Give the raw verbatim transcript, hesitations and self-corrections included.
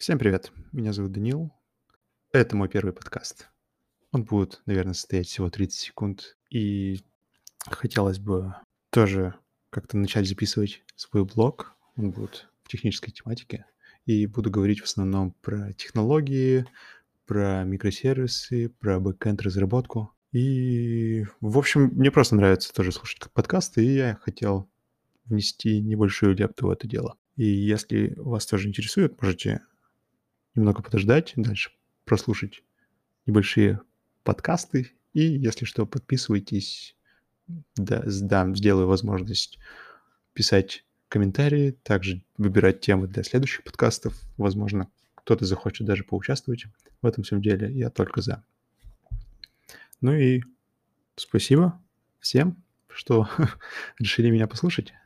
Всем привет, меня зовут Данил. Это мой первый подкаст. Он будет, наверное, состоять всего тридцать секунд. И хотелось бы тоже как-то начать записывать свой блог. Он будет в технической тематике. И буду говорить в основном про технологии, про микросервисы, про бэкэнд-разработку. И, в общем, мне просто нравится тоже слушать подкасты, и я хотел внести небольшую лепту в это дело. И если вас тоже интересует, можете немного подождать, дальше прослушать небольшие подкасты. И, если что, подписывайтесь. Да, с- дам, сделаю возможность писать комментарии, также выбирать темы для следующих подкастов. Возможно, кто-то захочет даже поучаствовать в этом всем деле. Я только за. Ну и спасибо всем, что решили меня послушать.